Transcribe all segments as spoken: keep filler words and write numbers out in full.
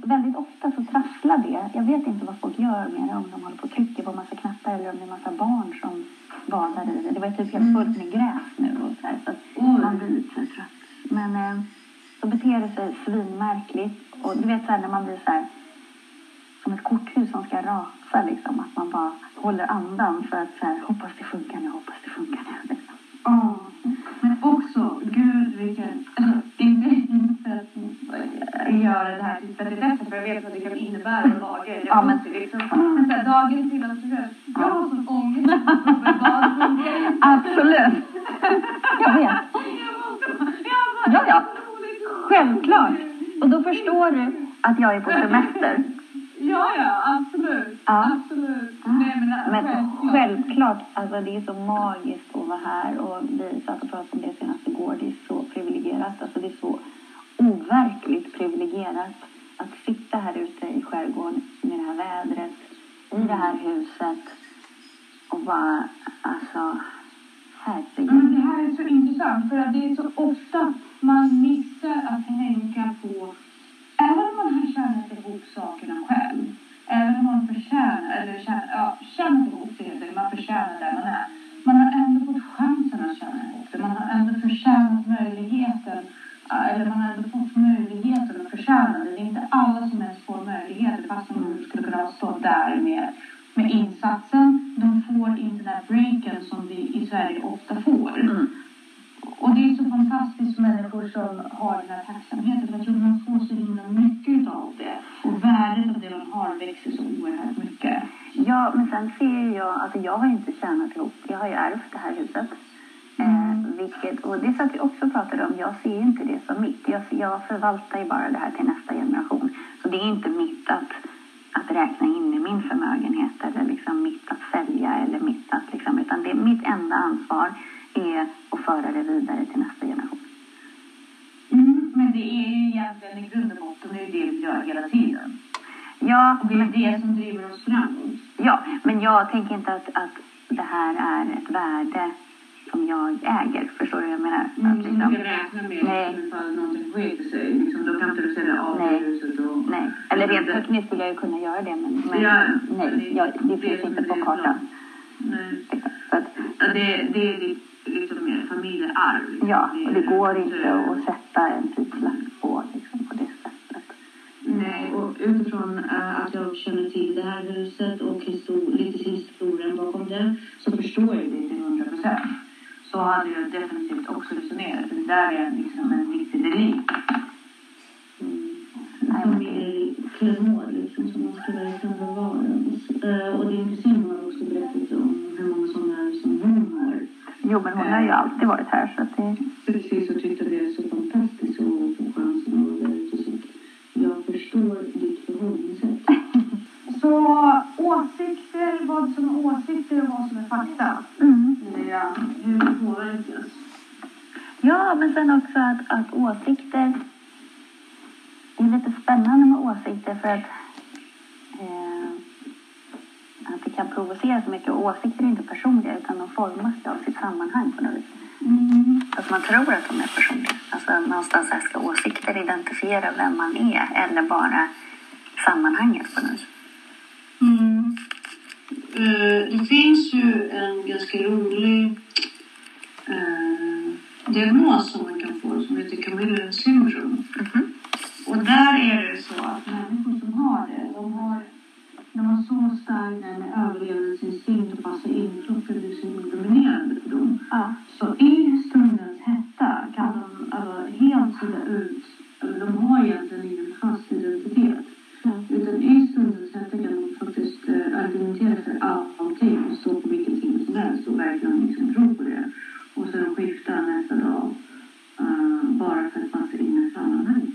väldigt ofta så trasslar det. Jag vet inte vad folk gör med det. Om de håller på att trycka på massa knappar eller om det är massa barn som badar i det. Det var typ helt fullt med gräs nu och så här. Så att man blir lite trött. Men eh, så beter det sig svinmärkligt. Och du vet så här när man blir så här som ett korthus som ska rasa liksom. Att man bara håller andan för att så här, hoppas det funkar nu, hoppas det funkar nu. Liksom. Oh. Men också, gud vilken, alltså inte, inte att göra det här till bättre för jag vet vad det kan innebära en dag. Ja, men liksom, men så här, dagen till att du jag har sån ångest. Absolut. Jag vet. Ja, ja. Självklart. Och då förstår du att jag är på semester. Ja, ja, absolut. Ja. Absolut. Nej, men, men självklart. självklart, alltså det är så magiskt att vara här. Och vi satt och pratade om det senast igår. Det är så privilegierat. Alltså det är så overkligt privilegierat att sitta här ute i skärgården med det här vädret. I det här huset. Och bara, alltså, herregud. Men det här är så intressant. För att det är så ofta man missar att tänka på. Även om man har tjänat ihop sakerna själv. Även om man förtjänar, eller tjänar, ja, tjänat ihop det, man förtjänar där man är. Man har ändå fått chansen att tjäna ihop det. Man har ändå förtjänat möjligheten. Eller man har ändå fått möjligheten att förtjäna det. Det är inte alla som ens får möjligheter. Fast man skulle kunna stå där med, med insatsen. De får inte den här breaken som vi i Sverige ofta får. Mm. Och det är så fantastiskt människor som har den här tacksamheten. Jag tror man får så himla mycket av det. Och värdet av det man har växer så oerhört mycket. Ja, men sen ser jag, alltså jag har ju inte tjänat ihop. Jag har ju ärvt det här huset. Mm. Eh, vilket, och det satt vi också pratade om. Jag ser inte det som mitt. Jag, jag förvaltar ju bara det här till nästa generation. Så det är inte mitt att, att räkna in i min förmögenhet. Eller liksom mitt att sälja. Eller mitt att liksom, utan det är mitt enda ansvar är att föra det vidare till nästa generation. Mm, men det är ju egentligen i grund och botten det är det vi gör hela tiden. Ja, och det är men, det som driver oss framåt. Ja, men jag tänker inte att, att det här är ett värde som jag äger. Förstår du vad jag menar? Mm, att, liksom, som du kan räkna med nej. ifall någonting skiter sig. Liksom, då kan inte du sälja av nej. huset. Och, nej, eller rent tekniskt skulle jag ju kunna göra det. Men, men ja, nej, det, jag, det, det finns inte på kartan. Nej. Så att, ja, det, det är liksom mer familjearv. Liksom. Ja, och det går inte att sätta en tidslapp på, liksom, på det sättet. Nej, och utifrån äh, att jag känner till det här huset och histor- lite historien bakom det så förstår jag det till hundra procent. Så hade jag definitivt också resonerat. Det där är liksom en viktig relik. Mm. Familjeklenod liksom som man ska verkligen bevara. Uh, och det är inte synd man också berättat om hur många sådana som hon har. Jo, men hon har ju alltid varit här så att det... Precis, och tyckte det är så fantastiskt att få chansen att vara ute och så. Jag förstår ditt förhållningssätt. Så åsikter, vad som är åsikter och vad som är fakta. Mm. Ja, hur det påverkas. Ja, men sen också att, att åsikter... Det är lite spännande med åsikter för att... Eh, att det kan provocera så mycket. Och åsikter är inte personliga utan de formas av sitt sammanhang på något vis. Mm. Att man tror att de är personliga. Alltså någonstans här ska åsikter identifiera vem man är. Eller bara sammanhanget på något vis. Mm. Uh, det finns ju en ganska rolig uh, diagnos som man kan få som heter Camilla syndrom. Mm-hmm. Och där är det så att människor som har det, de har, de har så stark överlevnadsinstinkt och passar in så för dominerande för dem. Ja. Så i stundens hetta kan de alltså, helt sida ut, eller de har egentligen ingen fast identitet. Mm. Utan i stundens hetta kan de faktiskt uh, argumentera för allting och stå på vilket ting som helst och verkligen liksom tro på det. Och sen skifta nästa dag uh, bara för att passa in i sammanhanget.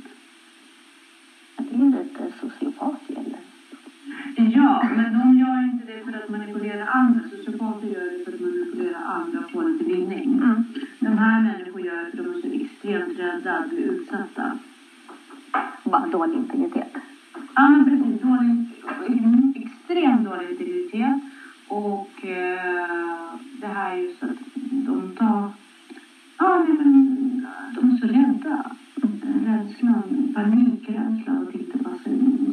Det är lite sociopati eller? Ja, men de gör inte det för att manipulera andra. Sociopater gör det för att manipulera andra och få lite vinning. Mm. De här människor gör det för att de är så extremt rädda att bli utsatta. Bara dålig integritet. Ja, men precis. Dålig, extremt dålig integritet. Och eh, det här just att de tar... Ja, men de är så rädda. Rädslan, panikrädslan och inte passa in.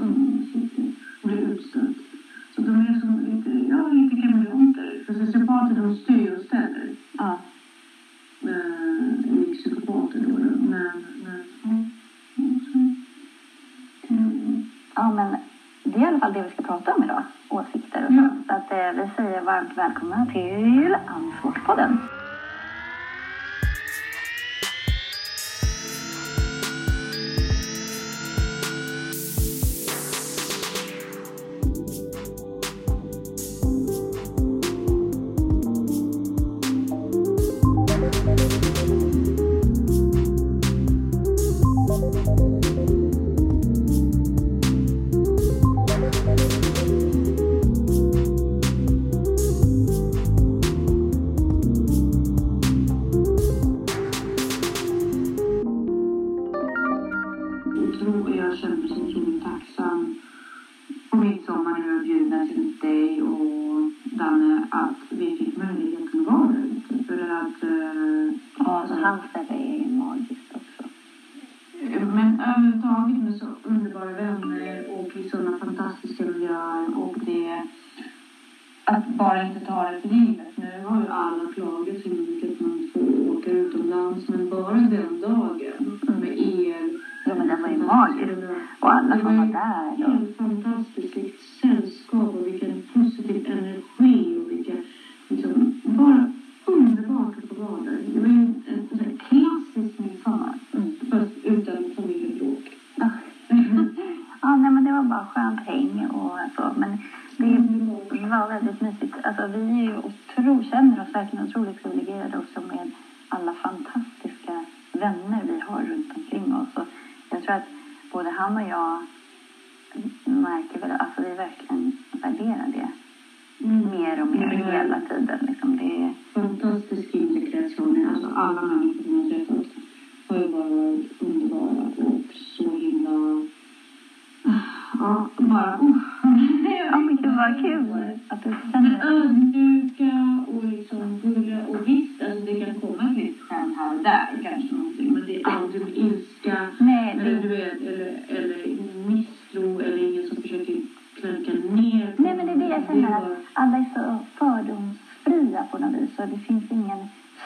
Ja, men det är i alla fall det vi ska prata om idag. Åsikter och Ja. sånt. Så att eh, vi säger varmt välkomna till Ansvarspodden. Jag känner mig så otroligt tacksam på midsommar när jag bjudna till dig och Danne att vi fick möjligheten att vara ute. För att... Uh, ja, så hans ställe är magiskt också. Men överhuvudtaget med så underbara vänner och i sådana fantastiska miljöer och det... Att bara inte ta det för givet. Nu har ju alla klagat så mycket att man får åka utomlands. Men bara den dagen med er... Ja, men den var ju magisk. Och alla som var där. Det var helt fantastiskt. Vilket sällskap och vilken positiv energi och vilken... Liksom, bara underbart att få vara där. Det var ju en, en, en klassisk midsommar. Mm. Fast utan familjebråk. Ja. Ja, nej, men det var bara skönt häng och så. Men det var väldigt mysigt. Alltså, vi är ju otro, känner oss verkligen otroligt privilegierade också med alla fantastiska vänner vi har runt omkring oss. Och jag tror att både han och jag märker väl, alltså vi verkligen värderar det mm. mer och mer mm. hela tiden. Liksom det är fantastisk inre kreation. Alltså alla människor som har träffat har ju bara varit underbara och så himla... Ja, bara... Uh. Ja, men det var kul att du känner ödmjuka och liksom gulliga. Och visst, alltså det kan komma lite skämt här och där kanske någonting. Men det är aldrig med ilska. Nej, det... eller, du vet, eller, eller misstro eller ingen som försöker klanka ner. Nej, men det är det jag känner att alla är så fördomsfria på något vis. Och det finns ingen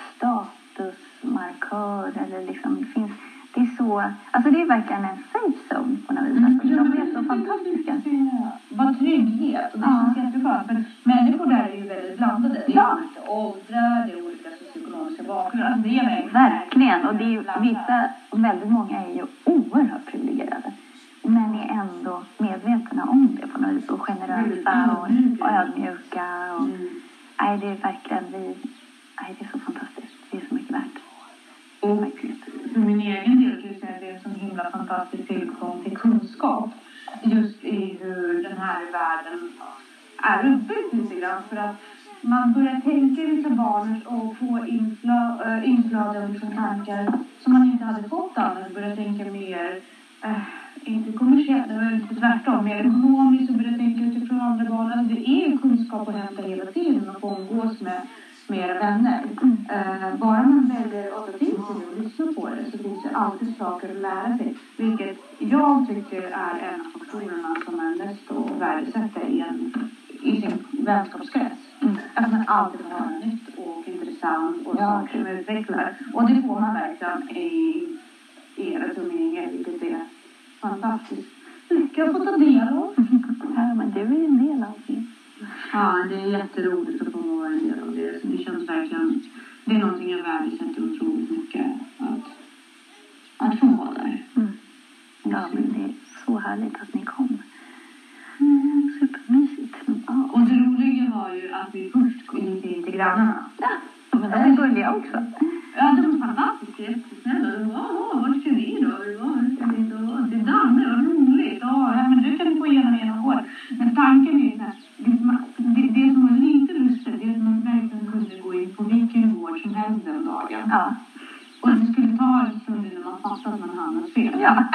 statusmarkör eller liksom det finns... Det är så... Alltså det är verkligen en safe zone på något vis. Alltså, de är så fantastiska. Vad trygghet. Och det ja. känns jättebra. För människor där är ju väldigt blandade. Det är ja. olika åldrar, det är olika socioekonomiska bakgrunder. Alltså det är verkligen. Och det är ju, vissa, väldigt många är ju oerhört privilegierade. Men är ändå medvetna om det på något vis. Och generösa och, och ödmjuka. Och, mm. Nej, det är verkligen... Vi, nej, det är så fantastiskt. Det är så mycket värt. Och för min egen del kan jag säga att det är en sån himla fantastisk tillgång till kunskap. Just i hur den här världen är uppbyggd lite grann. För att man börjar tänka lite barnet och få inflöd, äh, inflöd av liksom tankar som man inte hade fått annars. Börjar tänka mer, äh, inte kommersiellt, det var inte tvärtom, mer ekonomiskt och börjar tänka utifrån andra barn. Alltså det är ju kunskap att hämta hela tiden och få umgås med med era vänner. Mm. Uh, bara man väljer att ta till sig och lyssna på det så finns det alltid saker att lära sig. Vilket jag tycker är en av faktorerna som är mest att värdesätta i, en, i sin vänskapskrets. Mm. Att man alltid får höra nytt och intressant och ja. Saker som utvecklar. Och det får man verkligen i era umgänge, vilket är fantastiskt. Jag får ta del av. Ja, men det är ju en del av det. Ja, det är jätteroligt att få vara en del av det. Så det känns verkligen... Det är någonting jag värdesätter otroligt mycket. Att, att få vara där. Mm. Ja, men det är så härligt att ni kom. Mm, supermysigt. Ja. Och det roliga var ju att vi först kom in till grannarna. Ja, men de är gulliga också. Ja, de är fantastiska. Jättesnälla. Ja, vart ska ni då? Vart ska ni då? Det är Danne, vad roligt. Ja, men du kan få igenom genom år. Men tanken är att det, det som var lite lustigt är att man verkligen kunde gå in på vilken gård som helst den dagen. Ja. Och det skulle ta en stund innan man fattade att man hamnat fel. Ja.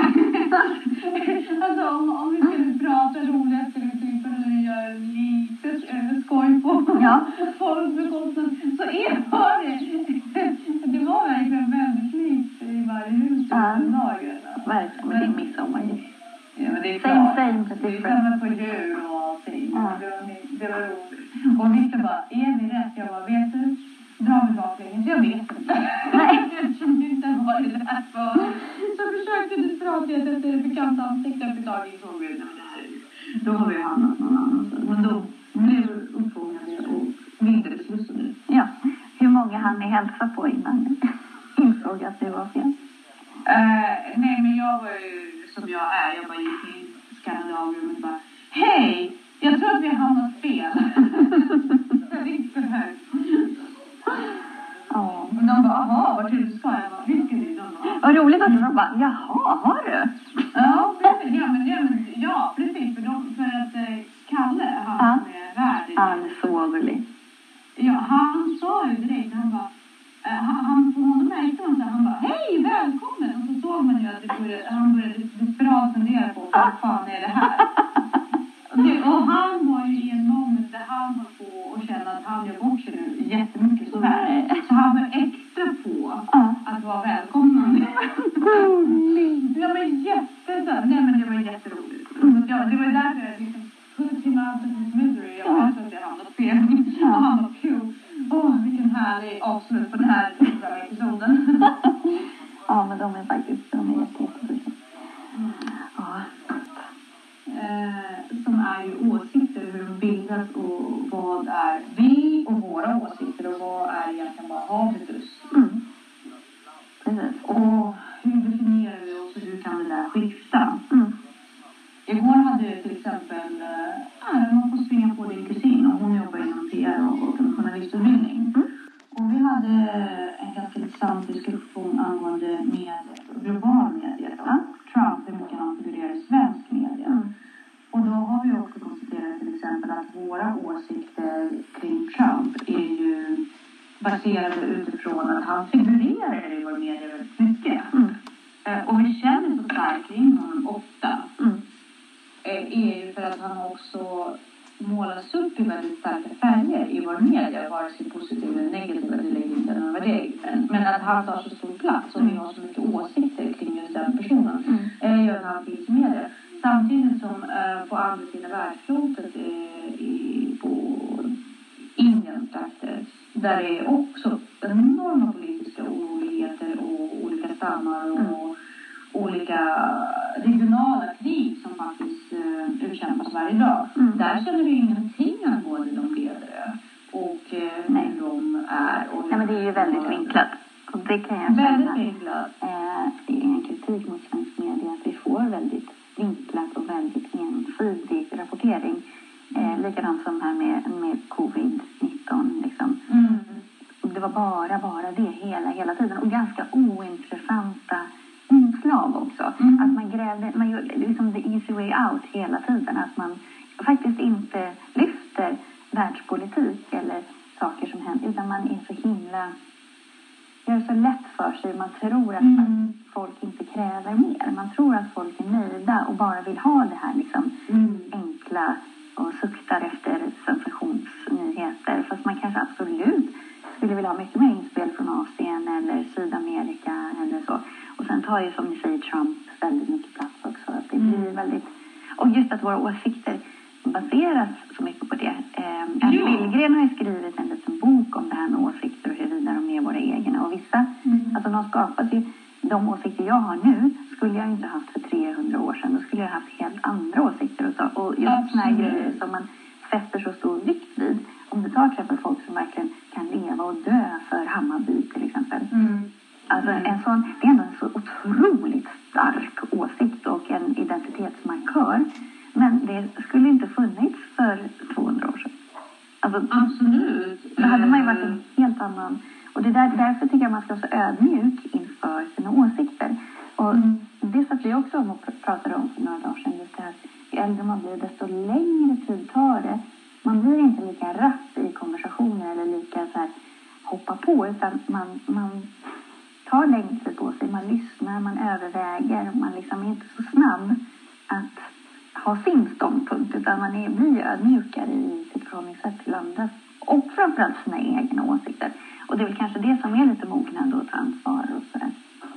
Alltså om, om vi skulle prata roliga stereotyper eller göra lite skoj på ja. folks bekostnad så är det. Det var verkligen väldigt likt i varje hus ja. Den dagen. Verkligen, men det är midsommar. Ja, men det är same, same, det är samma på djur och allting. Ja. Det, var, det var roligt. Och Victor bara, är vi rätt? Jag bara, vet du? dra mig baklänges. Jag vet inte. Nej. Jag kände inte vad det där för. Så försökte du prata efter det bekanta ansiktet för dagen så vid. Då har vi hamnat någon annanstans. Men då blev vi uppfångade och vidare slussade. Ja. Hur många hann ni hälsa på innan insåg att det var fel? Uh, nej, men jag var ju som jag är. Jag bara gick in i Skandinavien och bara hej! Jag tror att vi har hamnat fel. Jag gick för högt. Ja. Och de bara, jaha, vart är du ska? Jag bara, vilken är de? Vad roligt att de bara, jaha, har du? Ja, precis. Ja, men, ja, men, ja, precis. För, de, för att eh, Kalle, han ja. som är värd. Han är så gullig. Ja, han sa ju direkt, han bara, eh, han, han på honom märkte man så han bara, hej, välkommen. Och så såg man ju att det började, han började desperat fundera på, vad fan är det här? Det, och han var ju i en moment där han var på och kände att han gör bort sig nu jättemycket så här. Så han var extra på ja. att vara välkomnande. Ja, men jätteså. Nej, men det var jätteroligt. Mm. Ja, det var därför jag liksom put him out of his misery. Jag var så att jag hamnade fel. Ja. Och han var kul. Åh, oh, vilken härlig avslut på den här episoden. Ja, men de är faktiskt, de är jätteroligt. Mm. Ja. Eh, som är ju åsikter, hur de bildas och vad är vi och våra åsikter och vad är egentligen bara habitus. Mm. Precis. Och hur definierar vi oss och hur kan det där skifta? Mm. Igår hade jag till exempel äh, man får springa på din kusin och hon jobbar inom P R och en journalistutbildning. Mm. Och vi hade en ganska intressant diskussion angående medier, global medier. Ja? Trump, hur mycket han figurerar i svensk media. Mm. Och då har vi också konstaterat till exempel att våra åsikter kring Trump är ju baserade utifrån att han figurerar i vår media väldigt mycket. Mm. Eh, och vi känner så starkt kring honom ofta. Mm. Eh, är ju för att han också målas upp i väldigt starka färger i vår media, vare sig positiv eller negativ, det lägger inte någon värdering. Men att han tar så stor plats och vi har så mycket åsikter kring just den personen mm. eh, gör att han finns i media. Samtidigt som eh, på andra sidan världsklotet eh, i, på Indien trakter, där det är också enorma politiska oroligheter och olika stammar och mm. olika regionala krig som faktiskt eh, utkämpas varje dag. Mm. Där känner vi ingenting angående de ledare och eh, nej, de är. Och nej, men det är ju väldigt vinklat. Och det kan jag väldigt känna. vinklat. Eh, det är en kritik mot svensk media att vi får väldigt vinklat och väldigt ensidig rapportering. Eh, mm. Likadant som här med, med covid nitton liksom. Mm. Och det var bara, bara det hela, hela tiden. Och ganska ointressanta inslag också. Mm. Att man grävde, man gör liksom the easy way out hela tiden. Att man faktiskt inte lyfter världspolitik eller saker som händer. Utan man är så himla, gör så lätt för sig. Man tror att mm. folk inte kräver mer. Man tror att folk är nöjda och bara vill ha det här liksom mm. enkla och suktar efter sensationsnyheter. Fast man kanske absolut skulle vilja ha mycket mer inspel från Asien eller Sydamerika eller så. Och sen tar ju, som ni säger, Trump väldigt mycket plats också. Att det blir mm. väldigt, och just att våra åsikter baseras så mycket på det. Eh, ja. Billgren har ju skrivit en liten bok om det här med åsikter och huruvida de är våra egna. Och vissa, mm. alltså de skapas ju, de åsikter jag har nu skulle jag inte haft för trehundra år sedan. Då skulle jag haft helt andra åsikter och så. Och just såna här grejer som man fäster så stor vikt vid. Om du tar till exempel folk som verkligen kan leva och dö för Hammarby till exempel. Mm. Alltså en sån, det är ändå en så otroligt stark åsikt och en identitetsmarkör. Men det skulle inte funnits för tvåhundra år sedan. Alltså, absolut. Då hade man ju varit en helt annan. Och det där, därför tycker jag man ska vara så ödmjuk inför sina åsikter. Och mm. det satt vi också om och pratade om för några dagar sedan. Just det här, ju äldre man blir, desto längre tid tar det. Man blir inte lika rapp i konversationer eller lika så här hoppa på. Utan man, man tar längre tid på sig. Man lyssnar, man överväger. Man liksom är inte så snabb att ha sin ståndpunkt. Utan man är, blir ödmjukare i sitt förhållningssätt till andra. Och framförallt sina egna åsikter. Och det är väl kanske det som är lite mognande att ta ansvar och sådär.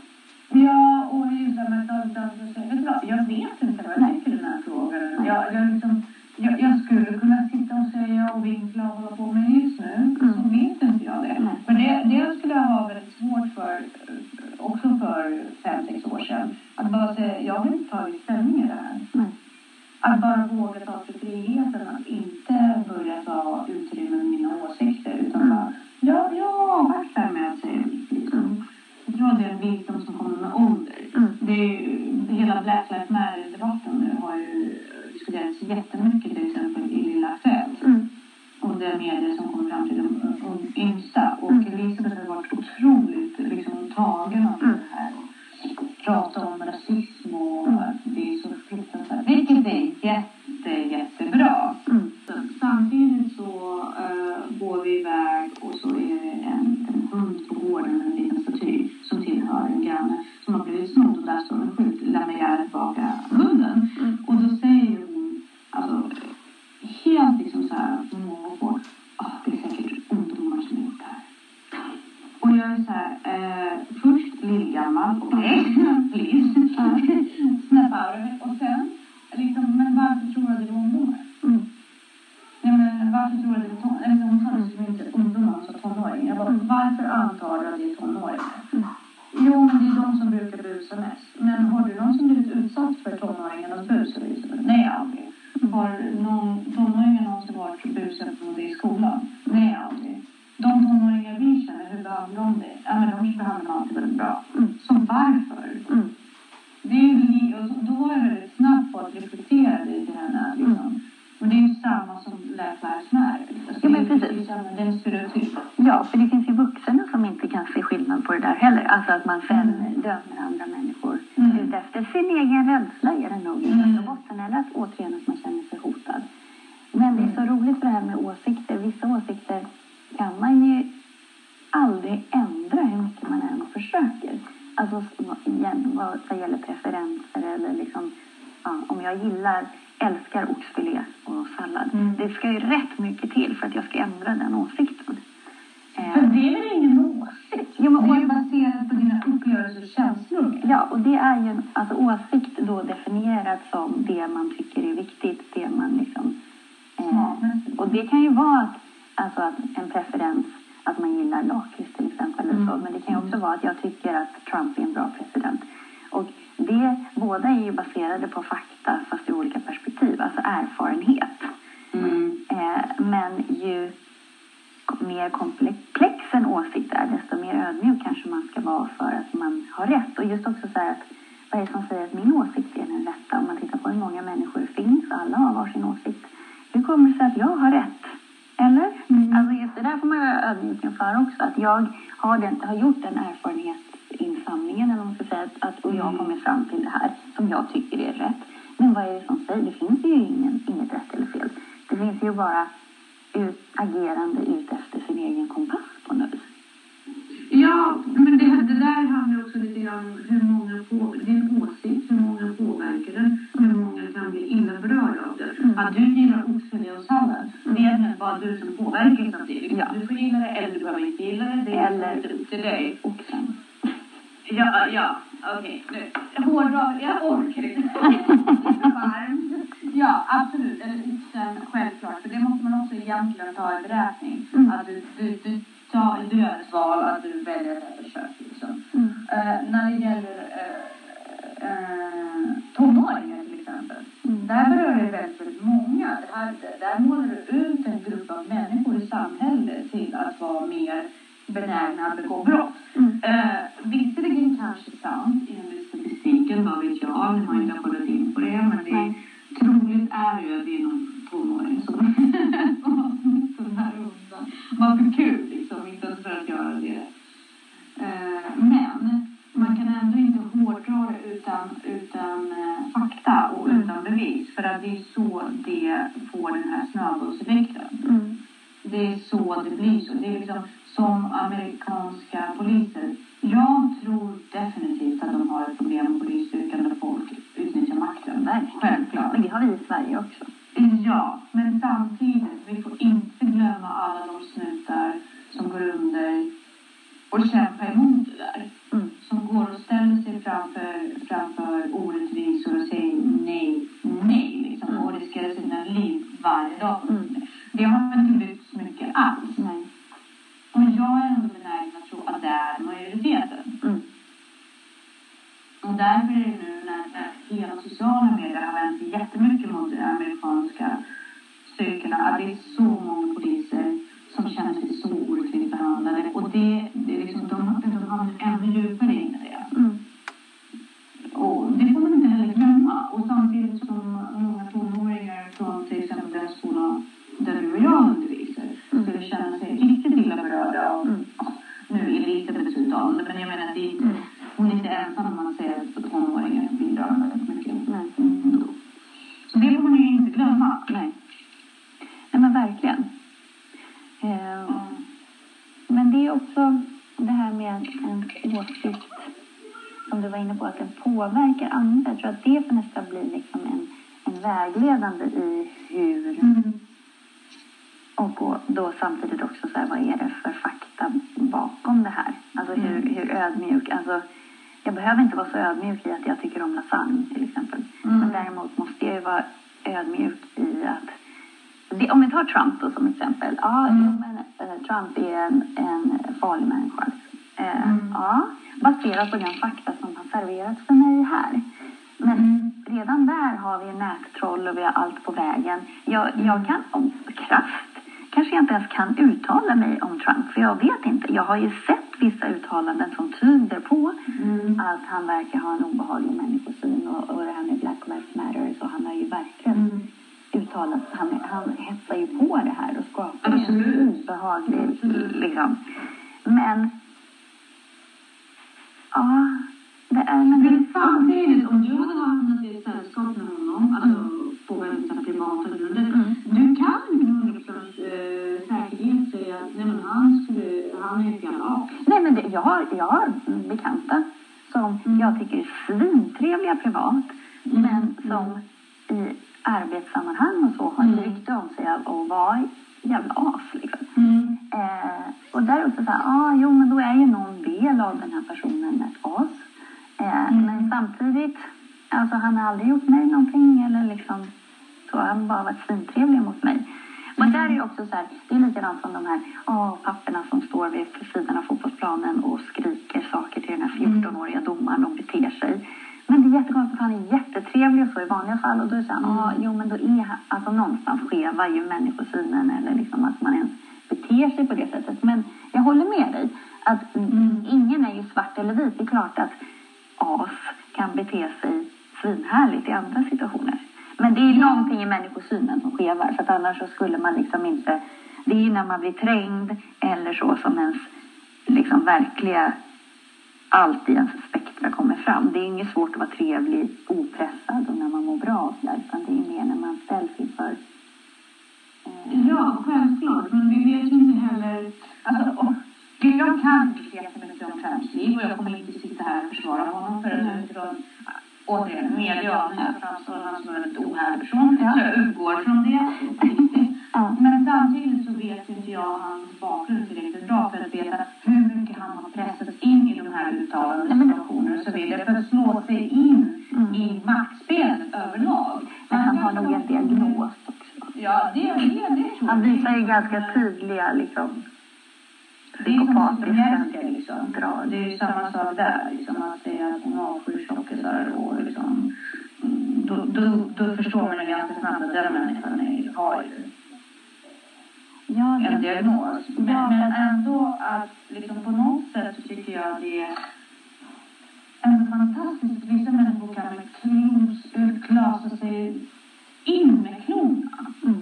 Ja, och just det med att jag vet inte vad jag tycker i den här frågan. Jag, jag, liksom, jag, jag skulle kunna sitta och säga och vinkla och hålla på, men just nu mm. så vet inte jag det. Mm. Men tagit ställning i det här. Nej. Att bara våga ta sig friheten att inte börja ta utrymme med mina åsikter. Utan Mm. bara, ja, ja, vart är med att säga mitt liksom. Mm. Jag tror att det är en visdom som kommer med ålder. Mm. Det är ju, hela Black Lives Matter-debatten nu har ju diskuterats jättemycket till exempel i Lilla Aktuellt. Mm. Och det är medier som kommer fram till de um, yngsta. Och Mm. Elisabeth har varit otroligt liksom, tagen av Mm. det här. Prata om rasism och Mm. att det är så fruktansvärt. Vilket är jätte, jättebra. Mm. Så, samtidigt så uh, går vi iväg och så är det en, en hund på gården med en liten staty som tillhör en granne som har blivit snodd och där står en skylt, lämna gärna tillbaka hunden. Mm. Och då säger hon, alltså helt liksom så här, många får, ah, det är säkert ungdomar som är gjort det här. Och jag är så här, eh, först lillgammal, okej, please, snäpp out. Och sen, liksom, men varför tror jag det är ungdomar? Mm. Nej, men varför tror jag det är tonåringar? Eller hon sa det som inte ungdomar, så tonåringar. Jag bara, Mm. varför antar du att det är tonåringar? Mm. Jo, men det är de som brukar busa mest. Men har du någon som blivit utsatt för tonåringarnas bus? Nej, aldrig. Mm. Har någon tonåringar någonsin varit busad på det i skolan? Nej, aldrig. De tonåringar vi känner, hur behandlar de det? Ja, men de behandlar man alltid väldigt bra. Mm. Så varför? Mm. Det är ju li- och då var jag väldigt snabb på att reflektera det till henne. Liksom. Men det är ju samma som Black Lives Matter. Alltså, Ja, men det är precis. ju samma, det är en stereotyp. Ja, för det finns ju vuxna som inte kan se skillnad på det där heller. Alltså att man fäller, Mm. dömer andra människor Mm. ut efter sin egen rädsla är det nog i Mm. grund och botten. Eller att återigen att man känner sig hotad. Men det är så roligt för det här med åsikter. Vissa åsikter kan man ju aldrig ändra hur mycket man än försöker. Alltså igen, vad, vad gäller preferenser eller liksom, ja, om jag gillar, älskar oxfilé och sallad. Mm. Det ska ju rätt mycket till för att jag ska ändra den åsikten. Eh, För det är väl ingen åsikt? Jo, men Det är å- baserat på dina upplevelser och känslor. Ja, och det är ju alltså åsikt då definierat som det man tycker är viktigt, det man liksom... Smakmässigt. och det kan ju vara att, alltså att en preferens, att man gillar lakrits till exempel, eller så, Mm. men det kan ju också vara att jag tycker att Trump är en bra president. Och det, båda är ju baserade på fakta, fast i olika perspektiv, alltså erfarenhet. Mm. Eh, men ju mer komplex en åsikt är, desto mer ödmjuk kanske man ska vara för att man har rätt. Och just också så här att, vad är det som säger att min åsikt är den rätta? Om man tittar på hur många människor det finns, alla har varsin åsikt. Hur kommer det sig att jag har rätt? Eller? Mm. Alltså just det där får man vara ödmjuk inför också. Att jag har, den, har gjort den erfarenhetsinsamlingen, eller vad man ska säga, att, att, och jag har Mm. kommit fram till det här som jag tycker är rätt. Men vad är det som säger? Det finns ju ingen, inget rätt eller fel. Det finns ju bara ut, agerande ut efter sin egen kompass på något vis. Ja, men det, det där handlar också lite grann om hur många på, din åsikt, hur många påverkar den, hur många kan bli illa berörda av det. Mm. Att du gillar oxfilé och sallad, det är bara du som påverkas av det. Ja. Du får gilla det eller du behöver inte gilla det. Det är Eller inte upp till dig. oxen. Ja, ja, okej. Okay. Hårdra, jag orkar inte. Varmt. Ja, absolut. Eller oxen, självklart. För det måste man också egentligen ta i beräkning. Mm. Att du, du, du tar, du gör ett val att du väljer ett kött liksom. Mm. Uh, när det gäller uh, uh, tonåringar till exempel. Mm. Där berör det väldigt, väldigt många. Det här, där målar du ut en grupp av människor i samhället till att vara mer benägna att begå brott. Mm. Uh, visserligen kanske sant enligt statistiken, vad vet jag, nu har jag inte kollat in på det, men det är troligt är ju att det är någon tonåring som som här undan. Vad för kul liksom, inte ens för att göra det. Uh, men man kan ändå inte hårdra det utan, utan uh, fakta och Mm. utan bevis, för att det är så det får den här snöbollseffekten. Mm. Det är så det blir så. Det är liksom som amerikanska poliser. Jag tror definitivt att de har ett problem med polisstyrkan där folk utnyttjar makten. Verkligen. Självklart. Men det har vi i Sverige också. Ja, men samtidigt, vi får inte glömma alla de snutar som går under och kämpar emot det där. Mm. Som går och ställer sig framför, framför orättvisor och säger nej, nej liksom. Mm. Och riskerar sina liv varje dag. Mm. Det har inte lyfts mycket alls. Nej. Och jag är ändå benägen att tro att det är majoriteten. Mm. Och därför är det nu när, när hela sociala sociala medier har vänt jättemycket mot de amerikanska styrkorna. Att det är så många poliser som känner sig så orättvist behandlade. Och det, det är liksom, de, de har ännu djupare in i det. Mm. Och det får man inte heller glömma. Och samtidigt som många tonåringar från till exempel den skolan där du och jag undervisar mm. skulle känna sig riktigt illa berörda av, mm. nu är det inte besuttalande, men jag menar att det är, mm. hon är inte ensam om man säger att tonåringar bidrar väldigt mycket. Nej. Mm. Så det får man ju inte glömma. Nej, Nej men verkligen. Eh, mm. Men det är också det här med en åsikt som du var inne på, att den påverkar andra. Jag tror att det för nästa blir liksom en, en vägledande i hur mm. och på, då samtidigt också så här, vad är det för fakta bakom det här? Alltså hur, mm. hur ödmjuk, alltså jag behöver inte vara så ödmjuk i att jag tycker om lasagne till exempel. Mm. Men däremot måste jag ju vara ödmjuk i att det, om vi tar Trump då som exempel. Ja, mm. jo, men äh, Trump är en, en farlig människa. Äh, mm. Ja, baserat på den fakta som har serverats för mig här. Men mm. redan där har vi en nättroll och vi har allt på vägen. Jag, jag kan om kraft kanske jag inte ens kan uttala mig om Trump. För jag vet inte. Jag har ju sett vissa uttalanden som tyder på mm. att han verkar ha en obehaglig människosyn. Och, och det här med Black Lives Matter. Så han har ju verkligen mm. uttalat. Han, han hetsar ju på det här och skapar Absolut. en obehaglig mm. liksom. Men ja, det är... Men, men samtidigt, om du hade hamnat i ett sällskap med honom, alltså mm. på väldigt privata grunder, mm. du kan ju hundra procent äh, säkerhet säga att nej, men han skulle, han är inte jävla. Nej, men det, jag, har, jag har bekanta som mm. jag tycker är svintrevliga privat, mm. men som i arbetssammanhang och så har mm. rykte om sig att vara jävla as liksom. Mm. Eh, och där också så här, ah, jo men då är ju någon del av den här personen ett as. Eh, mm. Men samtidigt, alltså han har aldrig gjort mig någonting eller liksom så, han bara varit svintrevlig mot mig. Och mm. där är ju också så här, det är likadant som de här oh, papporna som står vid sidan av fotbollsplanen och skriker saker till den här fjortonåriga domaren och beter sig. Men det är jättekonstigt att han är jättetrevlig och så i vanliga fall. Och då är det så här, mm. ah, jo men då är han, alltså någonstans skevar ju människosynen eller liksom att man ens beter sig på det sättet. Men jag håller med dig att mm. ingen är ju svart eller vit. Det är klart att as kan bete sig svinhärligt i andra situationer. Men det är ja. någonting i människosynen som skevar. För att annars så skulle man liksom inte, det är ju när man blir trängd eller så som ens liksom verkliga allt i ens spektra kommer fram. Det är inget svårt att vara trevlig, opressad och när man mår bra och sådär. Utan det är mer när man ställs inför... Eh... Ja, självklart. Men vi vet ju inte heller... Alltså, och, jag kan inte se jättemycket om Trumps liv och jag kommer inte sitta här och försvara honom för mm. utifrån återigen media och här framstår han som en väldigt ohärlig person. Ja. Så jag utgår från det. Ja. Men samtidigt så vet inte jag hans bakgrund tillräckligt bra för att veta hur mycket han har pressats in i de här uttalande situationer och så vidare för att slå sig in mm. i maktspelet överlag. Men han, han har nog en diagnos också. Ja, det är det, det tror Han visar ju ganska tydliga liksom psykopatiska liksom. Dra. Det är ju samma sak där liksom, att säga att hon avskyr tjockisar och liksom då, då, då förstår man ju ganska snabbt att den människan är, har ju ja, en diagnos. Men, ja, men ändå att liksom på något sätt så tycker jag det är en fantastisk, vissa människor kan med klos, klasa sig in med klorna mm.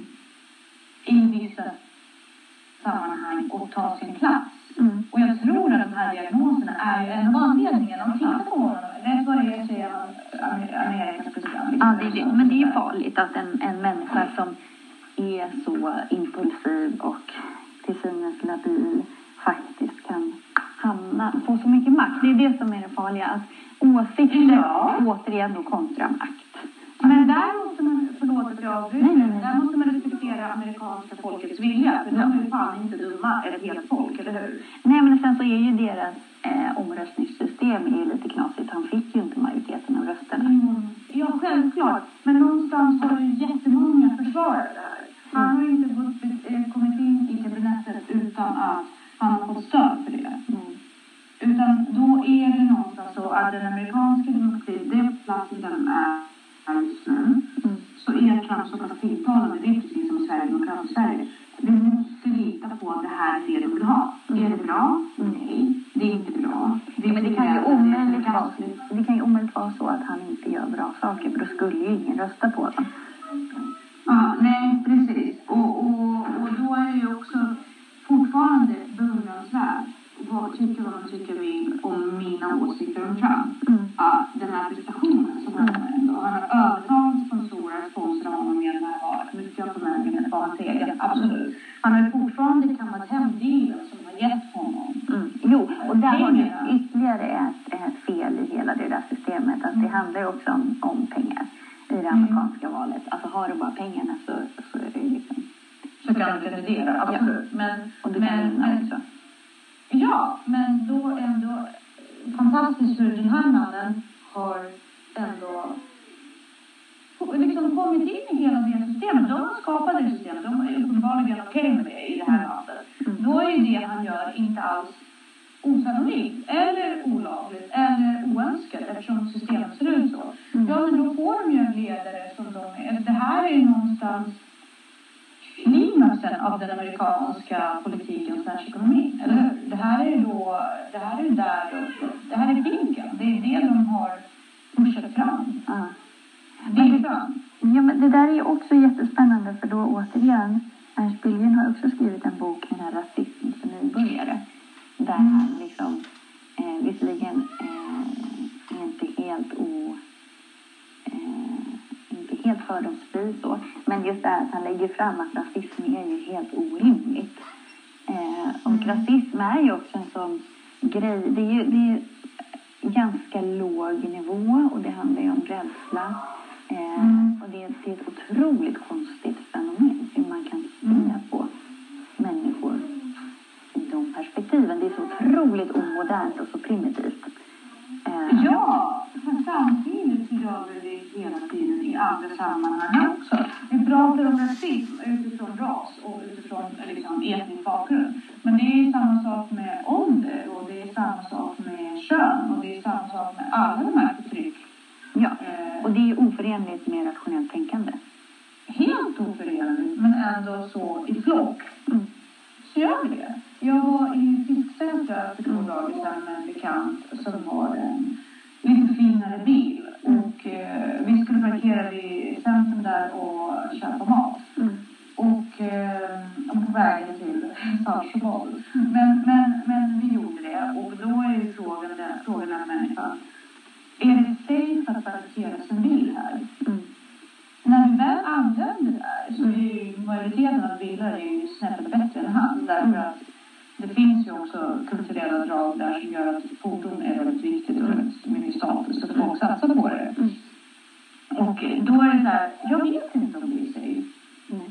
i vissa sammanhang och ta sin plats. Mm. Och jag tror att de här diagnoserna är ju en av anledningarna. Om tittar på honom, rätt vad det är så är han Amerikas president. Ja, det är det. Men det är ju farligt att en, en människa som är så impulsiv och till synes labil faktiskt kan hamna, få så mycket makt. Det är det som är det farliga. Att åsikter ja. återigen då kontra makt. Men där måste man, förlåt att jag avbryter, där måste man respektera amerikanska folkets vilja. För de är ju fan inte dumma, ett helt folk, eller hur? Nej, men sen så är ju deras eh, omröstningssystem är ju lite knasigt. Han fick ju inte majoriteten av rösterna. Mm. Ja, självklart. Men någonstans har ju jättemånga försvarare där. Han mm. har ju inte fått, eh, kommit in i kabinettet utan att han har fått stöd för det. Mm. Utan då är det någonstans så att den amerikanska demokratin, det platsen där de är fram så pass tilltalande. Det är precis som i Sverige och i Sverige. Vi måste lita på att det här är det de vill ha. Mm. Är det bra? Nej, det är inte bra. Det men det kan ju omöjligt vara, det kan ju omöjligt vara så att han inte gör bra saker. För då skulle ju ingen rösta på dem. Ja, nej, precis. Och, och, och då är det ju också fortfarande beundransvärt. Vad tycker vad man tycker vi om mina åsikter om Trump? Mm. Ja, den här prestationen som han ändå. Han har övertagit sponsorer, sponsrar honom med den här valet. Mycket av förmögenhet var hans egen, absolut. Han har ju fortfarande kammat hem dealen som har gett honom. Mm. Jo, och där har du ytterligare ett, ett fel i hela det där systemet. Att det handlar ju också om, om pengar i det amerikanska mm. valet. Alltså har du bara pengarna så, så är det liksom... Så kan du kandidera, absolut. Ja. Men, och du men, kan vinna också. Ja, men då ändå fantastiskt hur den här mannen har ändå liksom kommit in i hela det systemet. De har skapat det systemet. De är uppenbarligen okej med det i det här landet. Mm. Då är ju det han gör inte alls osannolikt eller olagligt eller oönskat eftersom systemet ser ut så. Mm. Ja, men då får de ju en ledare som de är. Det här är ju någonstans klimaxen av den amerikanska politiken och världsekonomin, eller hur? Det här är ju då, det här är ju där, det här är pinken. Det är det de har pushat fram. Ja. Det är fram. Ja, men det där är ju också jättespännande för då återigen, Ernst Billgren har också skrivit en bok med den här rasismen för nybörjare. Där mm. han liksom, eh, visserligen eh, är inte helt o... inte helt fördomsfri så. Men just det här att han lägger fram att rasism är ju helt orimligt. Eh, och mm. rasism är ju också en sån grej. Det är ju det är ganska låg nivå och det handlar ju om rädsla. Eh, mm. Och det är, det är ett otroligt konstigt fenomen hur man kan se mm. på människor i de perspektiven. Det är så otroligt omodernt och så primitivt. Eh, ja, men samtidigt gör vi det hela tiden i andra sammanhang också. Vi pratar om rasism utifrån ras och utifrån liksom, etnisk bakgrund. Men det är samma sak med ålder och det är samma sak med kön och det är samma sak med alla de här förtryck. Ja, och det är oförenligt med rationellt tänkande. Helt oförenligt, men ändå så i flock. Mm. Så gör vi det. Jag var i Fisksätra för två dagar sedan med en bekant som har en lite finare bil. Mm. Och eh, vi skulle parkera vid centrum där och köpa mat. Mm. Och eh, på vägen till Saltsjöbad. Mm. Men, men, men vi gjorde det. Och då är ju frågan, frågan av människan. Är det safe att parkera sin bil här? Mm. När vi väl använder det här så är ju majoriteten av bilar är ju snäppet bättre än han. Därför att det finns ju också kulturella drag där som gör att fordon är väldigt viktigt och väldigt mycket status. Så folk satsar på det. Mm. Och då är det så här, jag vet inte om det är safe. Mm.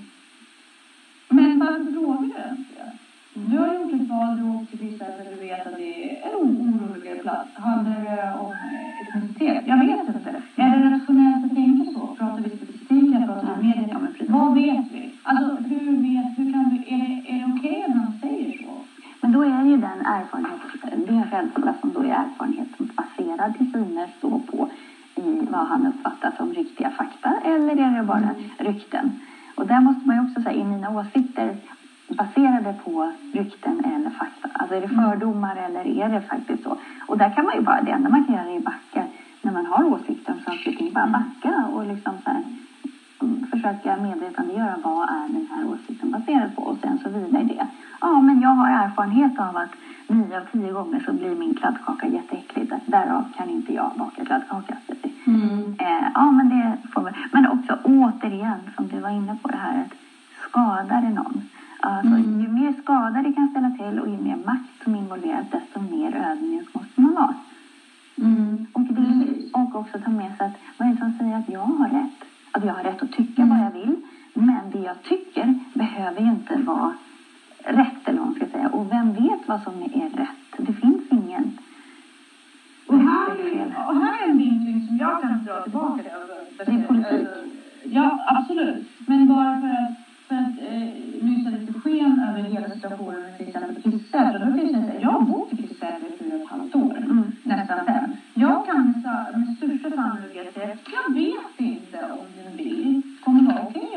Men varför frågar du inte? Du har gjort ett val, du åker till vissa för du vet att det är en oroligare plats. Handlar det om etnicitet? Jag vet inte. Är det rationellt att tänka så? Pratar vi statistik? Pratar vi media? Ja, men vad vet vi? Alltså, hur vet, hur kan vi, är det, är det okej okay när man säger så? Men då är ju den erfarenhet, det är en rädsla som då är erfarenhetsbaserad till synes då på i vad han uppfattar som riktiga fakta. Eller är det bara mm. rykten? Och där måste man ju också säga, är mina åsikter baserade på rykten eller fakta? Alltså är det fördomar eller är det faktiskt så? Och där kan man ju bara, det enda man kan göra är att backa när man har åsikter om saker och ting. Bara backa och liksom så här, försöka medvetandegöra vad är den här åsikten baserad på och sen så vidare det. Ja, men jag har erfarenhet av att nio av tio gånger så blir min kladdkaka jätteäckligt. Därav kan inte jag baka kladdkaka. Mm. Eh, ja, men det får man. Men också återigen, som du var inne på det här, att skadar det någon? Alltså, mm. ju mer skada det kan ställa till och ju mer makt som involveras, desto mer ödmjuk måste man vara. Mm. Och, det, och också ta med sig att vad är det som säger att jag har rätt? Att jag har rätt att tycka mm. vad jag vill. Men det jag tycker behöver ju inte vara rätt, eller vad man ska säga. Och vem vet vad som är rätt? Det finns ingen. Och här, och här är en vinkling som jag kan dra tillbaka till. Det är politik. Ja, absolut. Men bara för att, för att eh, lysa lite sken över hela situationen med till exempel Fisksätra. Då kan jag säga, jag har bott i Fisksätra i fyra och ett halvt år. Mm. Nästan fem. Jag kan med, med största sannolikhet säga, jag vet inte om din bil kommer vara okej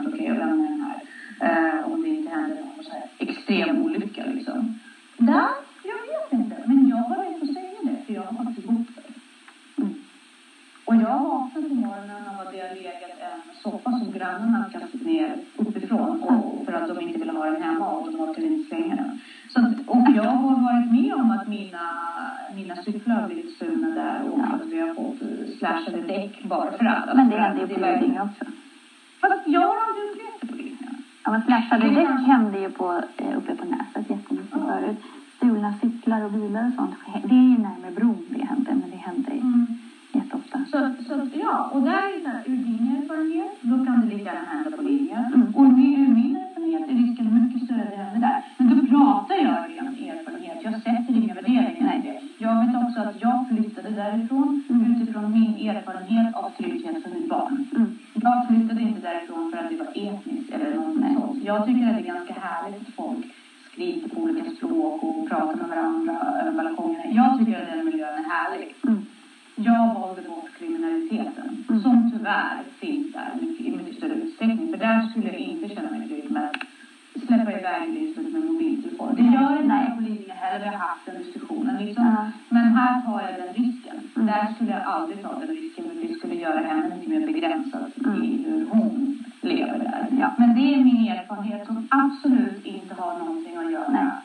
att okej, jag lämnar den här. Eh, om det inte händer någon så här extrem olycka liksom. Där, jag vet inte. Men jag har rätt att säga det. För jag har faktiskt bott där. Mm. Och jag vaknade på morgonen och hade legat en soffa som grannarna kastat ner uppifrån. Och för att de inte ville ha den hemma och de var till inte slänga den. Så att, och jag har varit med om att mina, mina cyklar har blivit stulna där. Och ja. Att vi har fått slashade däck bara för alla. Men det händer ju på Lidingö också. Fast jag har aldrig upplevt det på Lidingö. Ja, men slashade däck hände ju på, eh, uppe på Näset jättemycket ja. Förut. Stulna cyklar och bilar och sånt. Det är ju närmare bron det hände, men det hände mm. jätteofta. Så, så ja, och där är det ur din erfarenhet, då kan det lika gärna hända på Lidingö. Mm. Och ur min erfarenhet är risken mycket större att det händer där. Men då pratar jag ren erfarenhet. Jag sätter inga värderingar i det. Jag vet också att jag flyttade därifrån mm. utifrån min erfarenhet av trygghet för mitt barn. Mm. Jag flyttade inte därifrån för att det var etniskt eller något sånt. Jag tycker att det är ganska härligt att folk skriver på olika språk och pratar med varandra över balkongerna. Jag tycker att den miljön är härlig. Mm. Jag valde bort kriminaliteten. Mm. Som tyvärr finns där mycket, i mycket större utsträckning. För där skulle jag inte känna mig trygg med att släppa iväg lyset med mobiltelefon. Det gör det när jag på Lidingö heller har haft den diskussionen. Liksom. Mm. Men här tar jag den risken. Mm. Där skulle jag aldrig ta den risken. För det skulle göra henne lite mer begränsad mm. i hur hon lever där. Ja. Men det är min erfarenhet som absolut inte har någonting att göra Nej.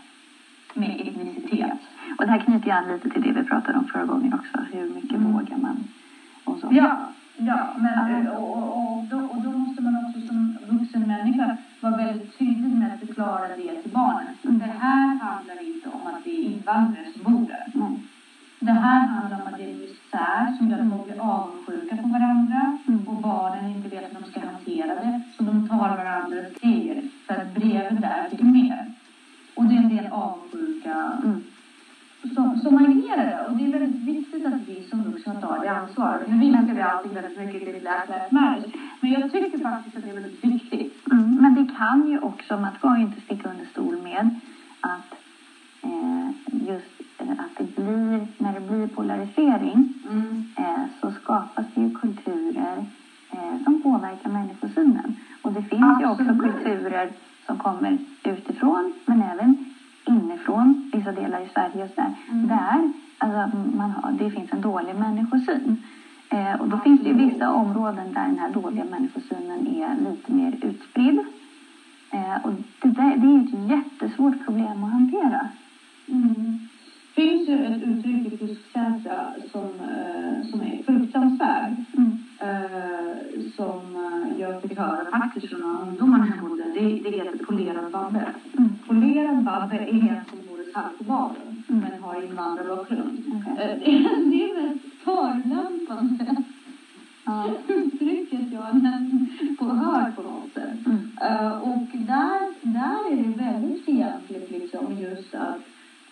med etnicitet. Och det här knyter an lite till det vi pratade om förra gången också. Hur mycket mm. vågar man? Och så. Ja, ja men, och, och, och, då, och då måste man också som vuxen människa vara väldigt tydlig med att förklara det till barnen. Mm. Det här handlar inte om att det är invandrare som bor där. Mm. Det här handlar om att det är en misär som gör att de blir avundsjuka på varandra. Mm. Och barnen inte vet hur de ska hantera det. Så de tar varandras grejer för att bredvid där till mer. Och det är en del avundsjuka mm. som, som agerar. Och det är väldigt viktigt att vi som vuxna tar det ansvaret. Nu vill vi alltid väldigt mycket till läsläsmärk. Men jag tycker faktiskt att det är väldigt viktigt. Mm. Men det kan ju också, man ska ju inte sticka under stol med att eh, just att det blir, när det blir polarisering mm. eh, så skapas det ju kulturer eh, som påverkar människosynen. Och det finns Absolut. ju också kulturer som kommer utifrån men även inifrån vissa delar i Sverige och där, mm. där alltså, man har, det finns en dålig människosyn. Eh, och då Absolut. finns det ju vissa områden där den här dåliga människosynen är lite mer utspridd. Eh, och det, där, det är ett jättesvårt problem att hantera. Mm. Det finns ju ett uttryck i tysksätra som, eh, som är fruktansvärd. Mm. Eh, som eh, jag fick höra faktiskt från några ungdomar som bodde. Det, det heter polerad babbe. Mm. Polerad babbe är en som bor i Saltsjöbaden. Mm. Men har invandrarbakgrund. Okay. Eh, det är väldigt förolämpande. Ja. Uttrycket jag har hört på något sätt. Mm. Uh, och där, där är det väldigt fientligt liksom just att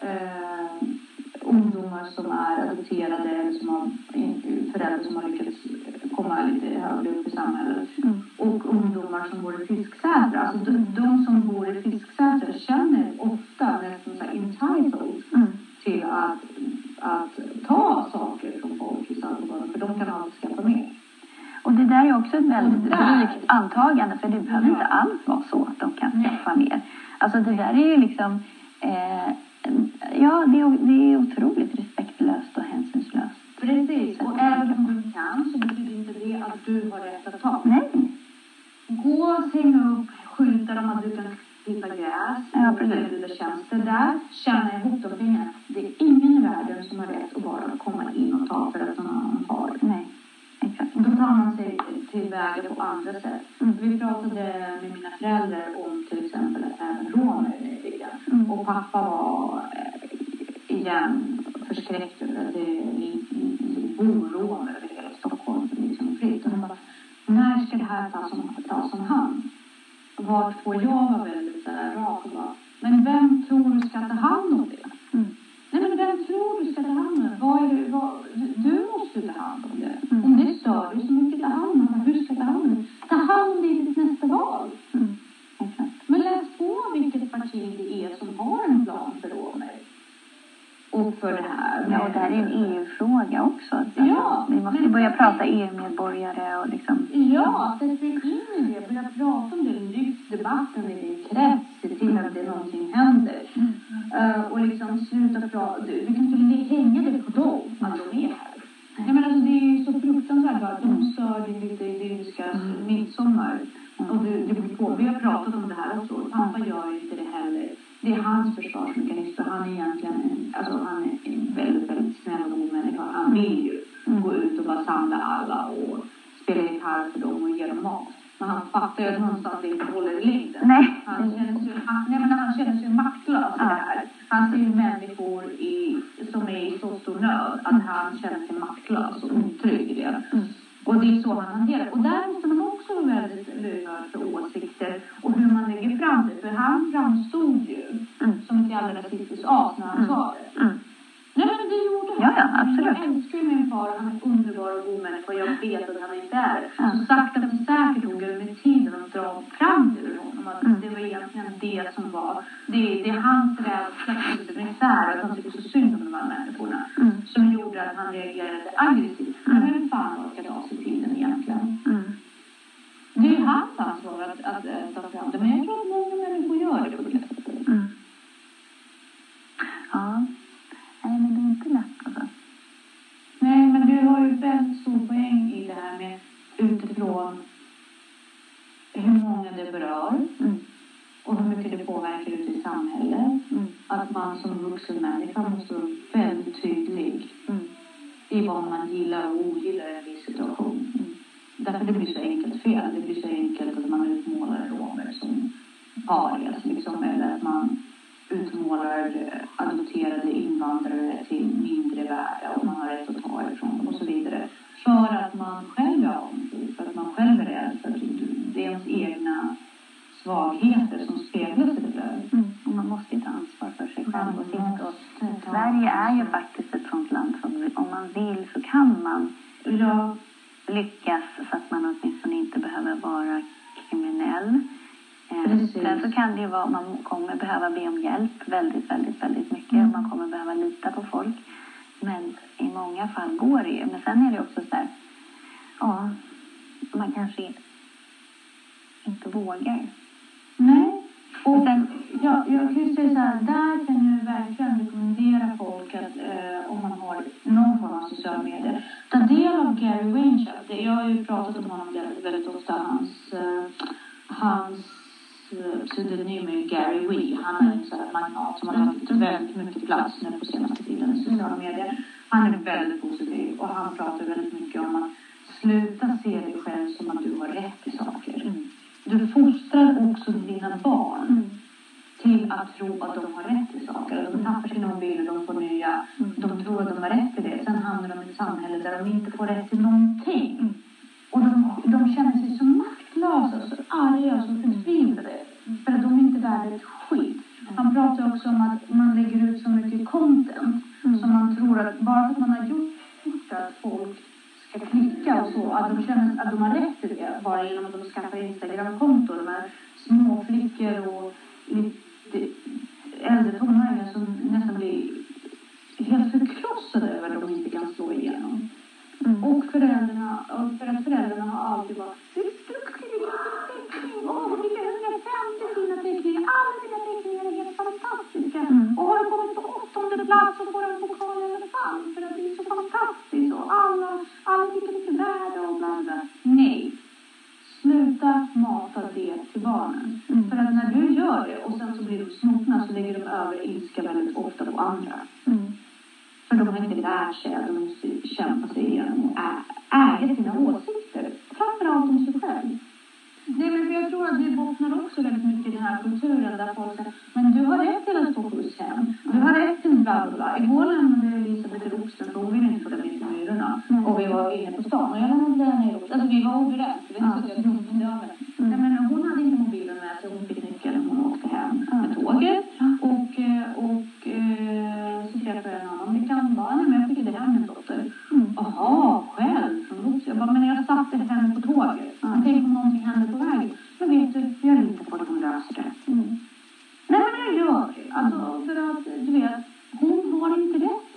uh, ungdomar som är adopterade eller som har föräldrar som har lyckats komma lite högre upp i samhället mm. och ungdomar som bor i Fisksätra. Alltså de, de som bor i Fisksätra känner ofta nästan så här entitled mm. till att, att ta saker från folk i Saltsjöbaden för de kan alltid skaffa mer. Och det där är också ett väldigt drygt antagande. För det behöver ja. inte alls vara så att de kan skaffa mer. Alltså det där är ju liksom... Eh, ja, det är, det är otroligt respektlöst och hänsynslöst. Precis. Och även om du kan så betyder inte det att du har rätt att ta. Nej. Gå och hänga upp skyltar om att du kan klippa gräs. Ja, precis. Eller tjänster där. Tjäna ihop de pengarna. Det är ingen i världen som har rätt att bara komma in och ta för att någon annan har. Nej. Exakt. Då tar man sig tillväga på andra sätt. Mm. Vi pratade med mina föräldrar om till exempel att även romer är viktiga. Mm. Och pappa var eh, igen förskräckt över att det bor romer över hela Stockholm. Liksom fritt. Och han bara, när ska det här tas om, tas om hand? Varpå jag var väldigt så här rak och bara, men vem tror du ska ta hand om det? Mm. Nej, men vem tror du ska ta hand om det? Vad är det, vad, du måste ta hand om det. Mm. Om det stör dig så mycket, ta hand om det. Hur ska ta hand om det? Ta hand om det i ditt nästa val. Mm. Okay. Men läs på vilket parti det är som har en plan för romer. Och för det här. Ja, och det här är en E U-fråga också. Alltså, Ja, vi måste men- börja prata E U-medborgare och liksom... Ja, sätta in i det. Börja prata om det. Lyft debatten i din krets. Se till att det någonting händer. Mm. Uh, och liksom sluta prata. Du, du kan inte hänga det på dem att de är här. Jag menar, alltså, det är så fruktansvärt att de stör din lite idylliska midsommar. Och du, du blir på. Vi har pratat om det här också. Pappa gör inte det heller. Det är hans försvarsmekanism. Han är egentligen en, alltså, han är en väldigt, väldigt snäll och god människa. Han vill ju gå ut och bara samla alla och spela gitarr för dem och ge dem mat. Men han fattar ju att någonstans det inte håller i längden. Nej. Han känner sig, han, nej, men han känner sig maktlös i det här. Han ser ju människor i, som är i så stor nöd att han känner sig maktlös och otrygg i det. Mm. Och det är så han hanterar. Och där måste man också vara väldigt lyhörd för åsikter och hur man lägger fram det. För han framstod ju Mm. som ett jävla rasistiskt as när han Mm. sa det. Mm. Nej, men det gjorde han. Ja, ja, absolut. Jag älskar ju min far. Han är underbar och god människa. Jag vet att han inte är det. Ja. Så sakta men säkert tog jag med tiden att dra fram det ur honom. Att Mm. det var egentligen det som var. Det, det är hans rädsla för misär. Att han tycker så synd om de här människorna. Mm. Som gjorde att han reagerade aggressivt. Men vem fan orkar ta sig till den egentligen? Mm. Det är hans ansvar att, att, att ta fram det. Men jag tror att många människor gör det på det sättet. Mm. Ja. Nej, men det är inte lätt alltså. Nej, men du har ju väldigt stor poäng i det här med utifrån hur många det berör Mm. och hur mycket det påverkar ute i samhället. Mm. Att man som vuxen människa måste vara väldigt tydlig Mm. i vad man gillar och ogillar i en viss situation. Mm. Därför det blir så enkelt fel. Det blir så enkelt att man utmålar romer som parias liksom, eller att man utmålar adopterade invandrare till mindre värda och man har rätt att ta ifrån dem och så vidare. För att man själv är avundsjuk, för att man själv är rädd, för att det är ens egna svagheter som speglas i det där. Mm. Och man måste ju ta ansvar för sig själv och sitt. Och Ta Sverige är ju ansvar. faktiskt ett sånt land som om man vill så kan man Ja, lyckas så att man åtminstone inte behöver vara kriminell. Eh, Precis. Sen så kan det ju vara, man kommer behöva be om hjälp väldigt, väldigt, väldigt mycket. Mm. Man kommer behöva lita på folk. Men i många fall går det ju. Men sen är det också så där, ja, man kanske inte vågar. nej. Och sen- ja, jag kan ju säga så här, där kan jag verkligen rekommendera folk att eh, om man har någon form av sociala medier, ta del av Gary Vaynerchuk. Jag har ju pratat om honom väldigt, väldigt ofta. Hans, eh, hans eh, pseudonym är Gary Vee. Han är en sån här magnat som har tagit väldigt mycket plats nu på senaste tiden i sociala medier. Han är väldigt positiv och han pratar väldigt mycket om att sluta se dig själv som att du har rätt i saker. Mm. Du fostrar också dina barn Mm. till att tro att de har rätt i saker. De tappar sina mobiler, de får nya. Mm. De tror att de har rätt i det. Sen hamnar de i ett samhälle där de inte får rätt till någonting. Mm. Och de, de känner sig så maktlösa, så arga, så förtvivlade. För att de är inte värda ett skit. Han pratar också om att man lägger ut så mycket content. Mm. Som man tror att bara för att man har gjort att folk ska klicka och så. Att de känner att de har rätt till det. Bara genom att de skaffar Instagram-konto. De här små flickor och lite äldre tonåringar som nästan blir helt förkrossade över att de inte kan slå igenom. Mm. Och föräldrarna, och för att föräldrarna har alltid varit åh, vilka hundrafemtio fina teckningar. Alla dina teckningar är helt fantastiska. Mm. Och har du kommit på åttonde plats så får du en pokal i alla fall. För att det är så fantastiskt. Och alla, alla tycker det är värda och bla bla. Nej. Sluta mata det till barnen. Mm. För att när du gör det och sen så blir de snopna så lägger de över ilska väldigt ofta på andra. Mm. För de har inte lärt sig att de måste kämpa sig igenom och ä- äga sina åsikter. Framförallt om sig själv. Nej, men för jag tror att det bottnar också väldigt mycket i den här kulturen där folk säger, men du har rätt till att få skjuts hem. Du har rätt till bla bla bla. Igår lämnade Elisabeth Rosten för hon ville inte följa med till myrorna. Mm. Och vi var inne på stan och jag lämnade henne i Rosten. Alltså vi var överens. Vi vet inte att jag drog mig över. Mm. Nej, men hon hade inte mobilen med sig. Hon fick nyckeln. Hon åkte hem Mm. med tåget. Och, eh, och eh, så träffade jag en annan bekant. Bara, nej men jag fick det här med min dotter. Mm. Jaha, själv från Rosten. Jag bara, men jag satte henne på tåget. Mm. Tänk om någonting hände på vägen. Men vet du, jag litar på att hon löser det. Mm. Nej men jag gör det. Alltså för att, du vet, hon har inte rätt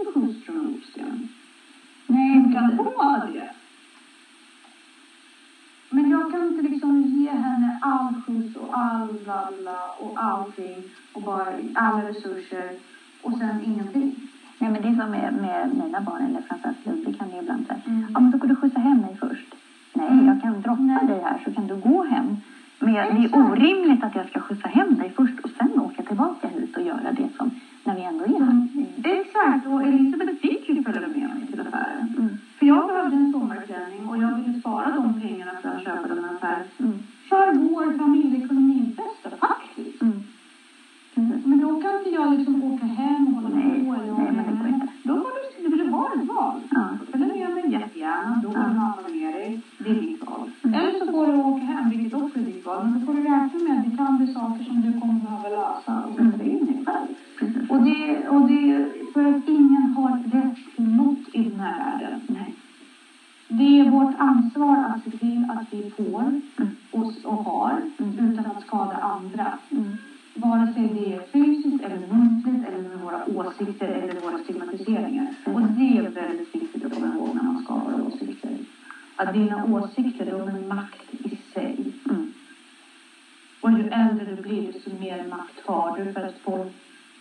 all skjuts och all bla bla och allting. Och bara alla resurser. Och sen ingenting. Nej, men det är som med, med mina barn, eller framförallt Ludvig kan det ibland säga. Mm. Ja, men då får du skjutsa hem mig först. Nej, Mm. jag kan droppa Nej. dig här så kan du gå hem. Men jag, det är orimligt att jag ska skjutsa hem dig först och sen åka tillbaka hit och göra det som när vi ändå är här. Mm. Exakt, och Elisabeth fick ju följa med mig till affären. Mm. För jag behövde en sommarklänning och jag ville spara de pengarna för att köpa den affären. Mm. För vår familjeekonomi bästa faktiskt. Mm. Mm. Men då kan inte jag liksom åka hem och hålla Nej, på. Eller nej, men det går inte. Då får du, du vill ha ett val. Ja. Följa med mig jättegärna, då får Ja. du ha med dig. Det är ditt val. Mm. Eller så får du åka hem, vilket också är ditt val. Men då får du räkna med att det kan bli saker som du kommer behöva lösa och sätta in dig själv. Precis. Och det, och det för att ingen har rätt till något i den här världen. Nej. Det är vårt ansvar att se till att vi får Mm. och, och har Mm. utan att skada andra. Mm. Vare sig det är fysiskt eller muntligt eller med våra åsikter eller våra stigmatiseringar. Och det är väldigt viktigt att komma ihåg när man skapar åsikter. Att dina åsikter är en makt i sig. Mm. Och ju äldre du blir desto mer makt har du för att folk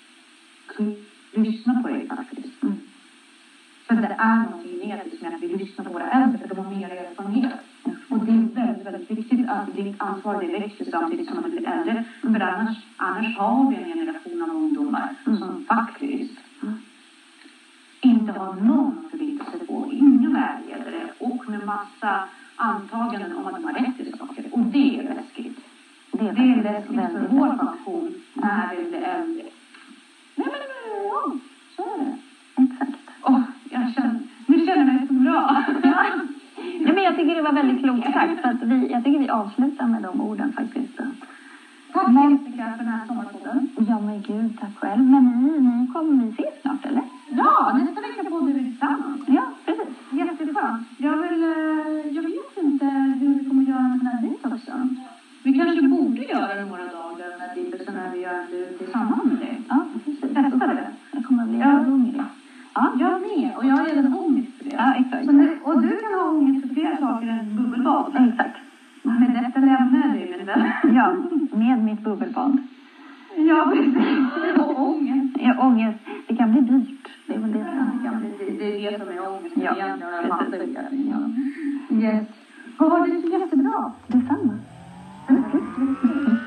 lyssna på dig faktiskt. Mm. För det är någonting genetiskt med att vi lyssnar på våra äldre för de har mer erfarenhet. Och det är väldigt, väldigt viktigt att ditt ansvar det växer samtidigt som du blir äldre. För annars, annars har vi en generation av ungdomar Mm. som faktiskt Mm. inte har någon förbindelse på, inga vägledare och med massa antaganden om att de har rätt till saker. Och det är läskigt. Det är, Det är faktiskt läskigt för väldigt vår läskigt. pension när vi blir äldre. Nej men ja, så är det. Exakt. Åh, jag känner, nu känner jag mig så bra. Ja, men jag tycker det var väldigt klokt sagt. Så att vi, jag tycker vi avslutar med de orden faktiskt. Tack Men- Jessica för den här sommarpodden. Ja, men gud, tack själv. Men ni, ni kommer vi ses snart, eller? Ja, nästa vecka poddar vi tillsammans. Ja, precis. Jätteskönt. Jag vill, eh, jag vet inte hur vi kommer göra med den här detoxen. Vi kanske borde göra några dagar med detoxen när vi gör det tillsammans med dig. Ja, precis. Testa det. Jag kommer att bli Ja. hungrig. Ja, jag med. Och jag har redan ångest för det. Ja, exakt. Så nu, och du kan ha ångest för flera saker än bubbelbad. Exakt. Men detta lämnar jag dig med den. Ja, med mitt bubbelbad. Ja, precis. Och ångest. Ja, ångest. Det kan bli dyrt. Det är väl det Ja, som... det kan bli- det är det som är ångest. Ja, Egentligen är det precis. massor med. Ja. Yes. Ha det så jättebra. Detsamma. Tack.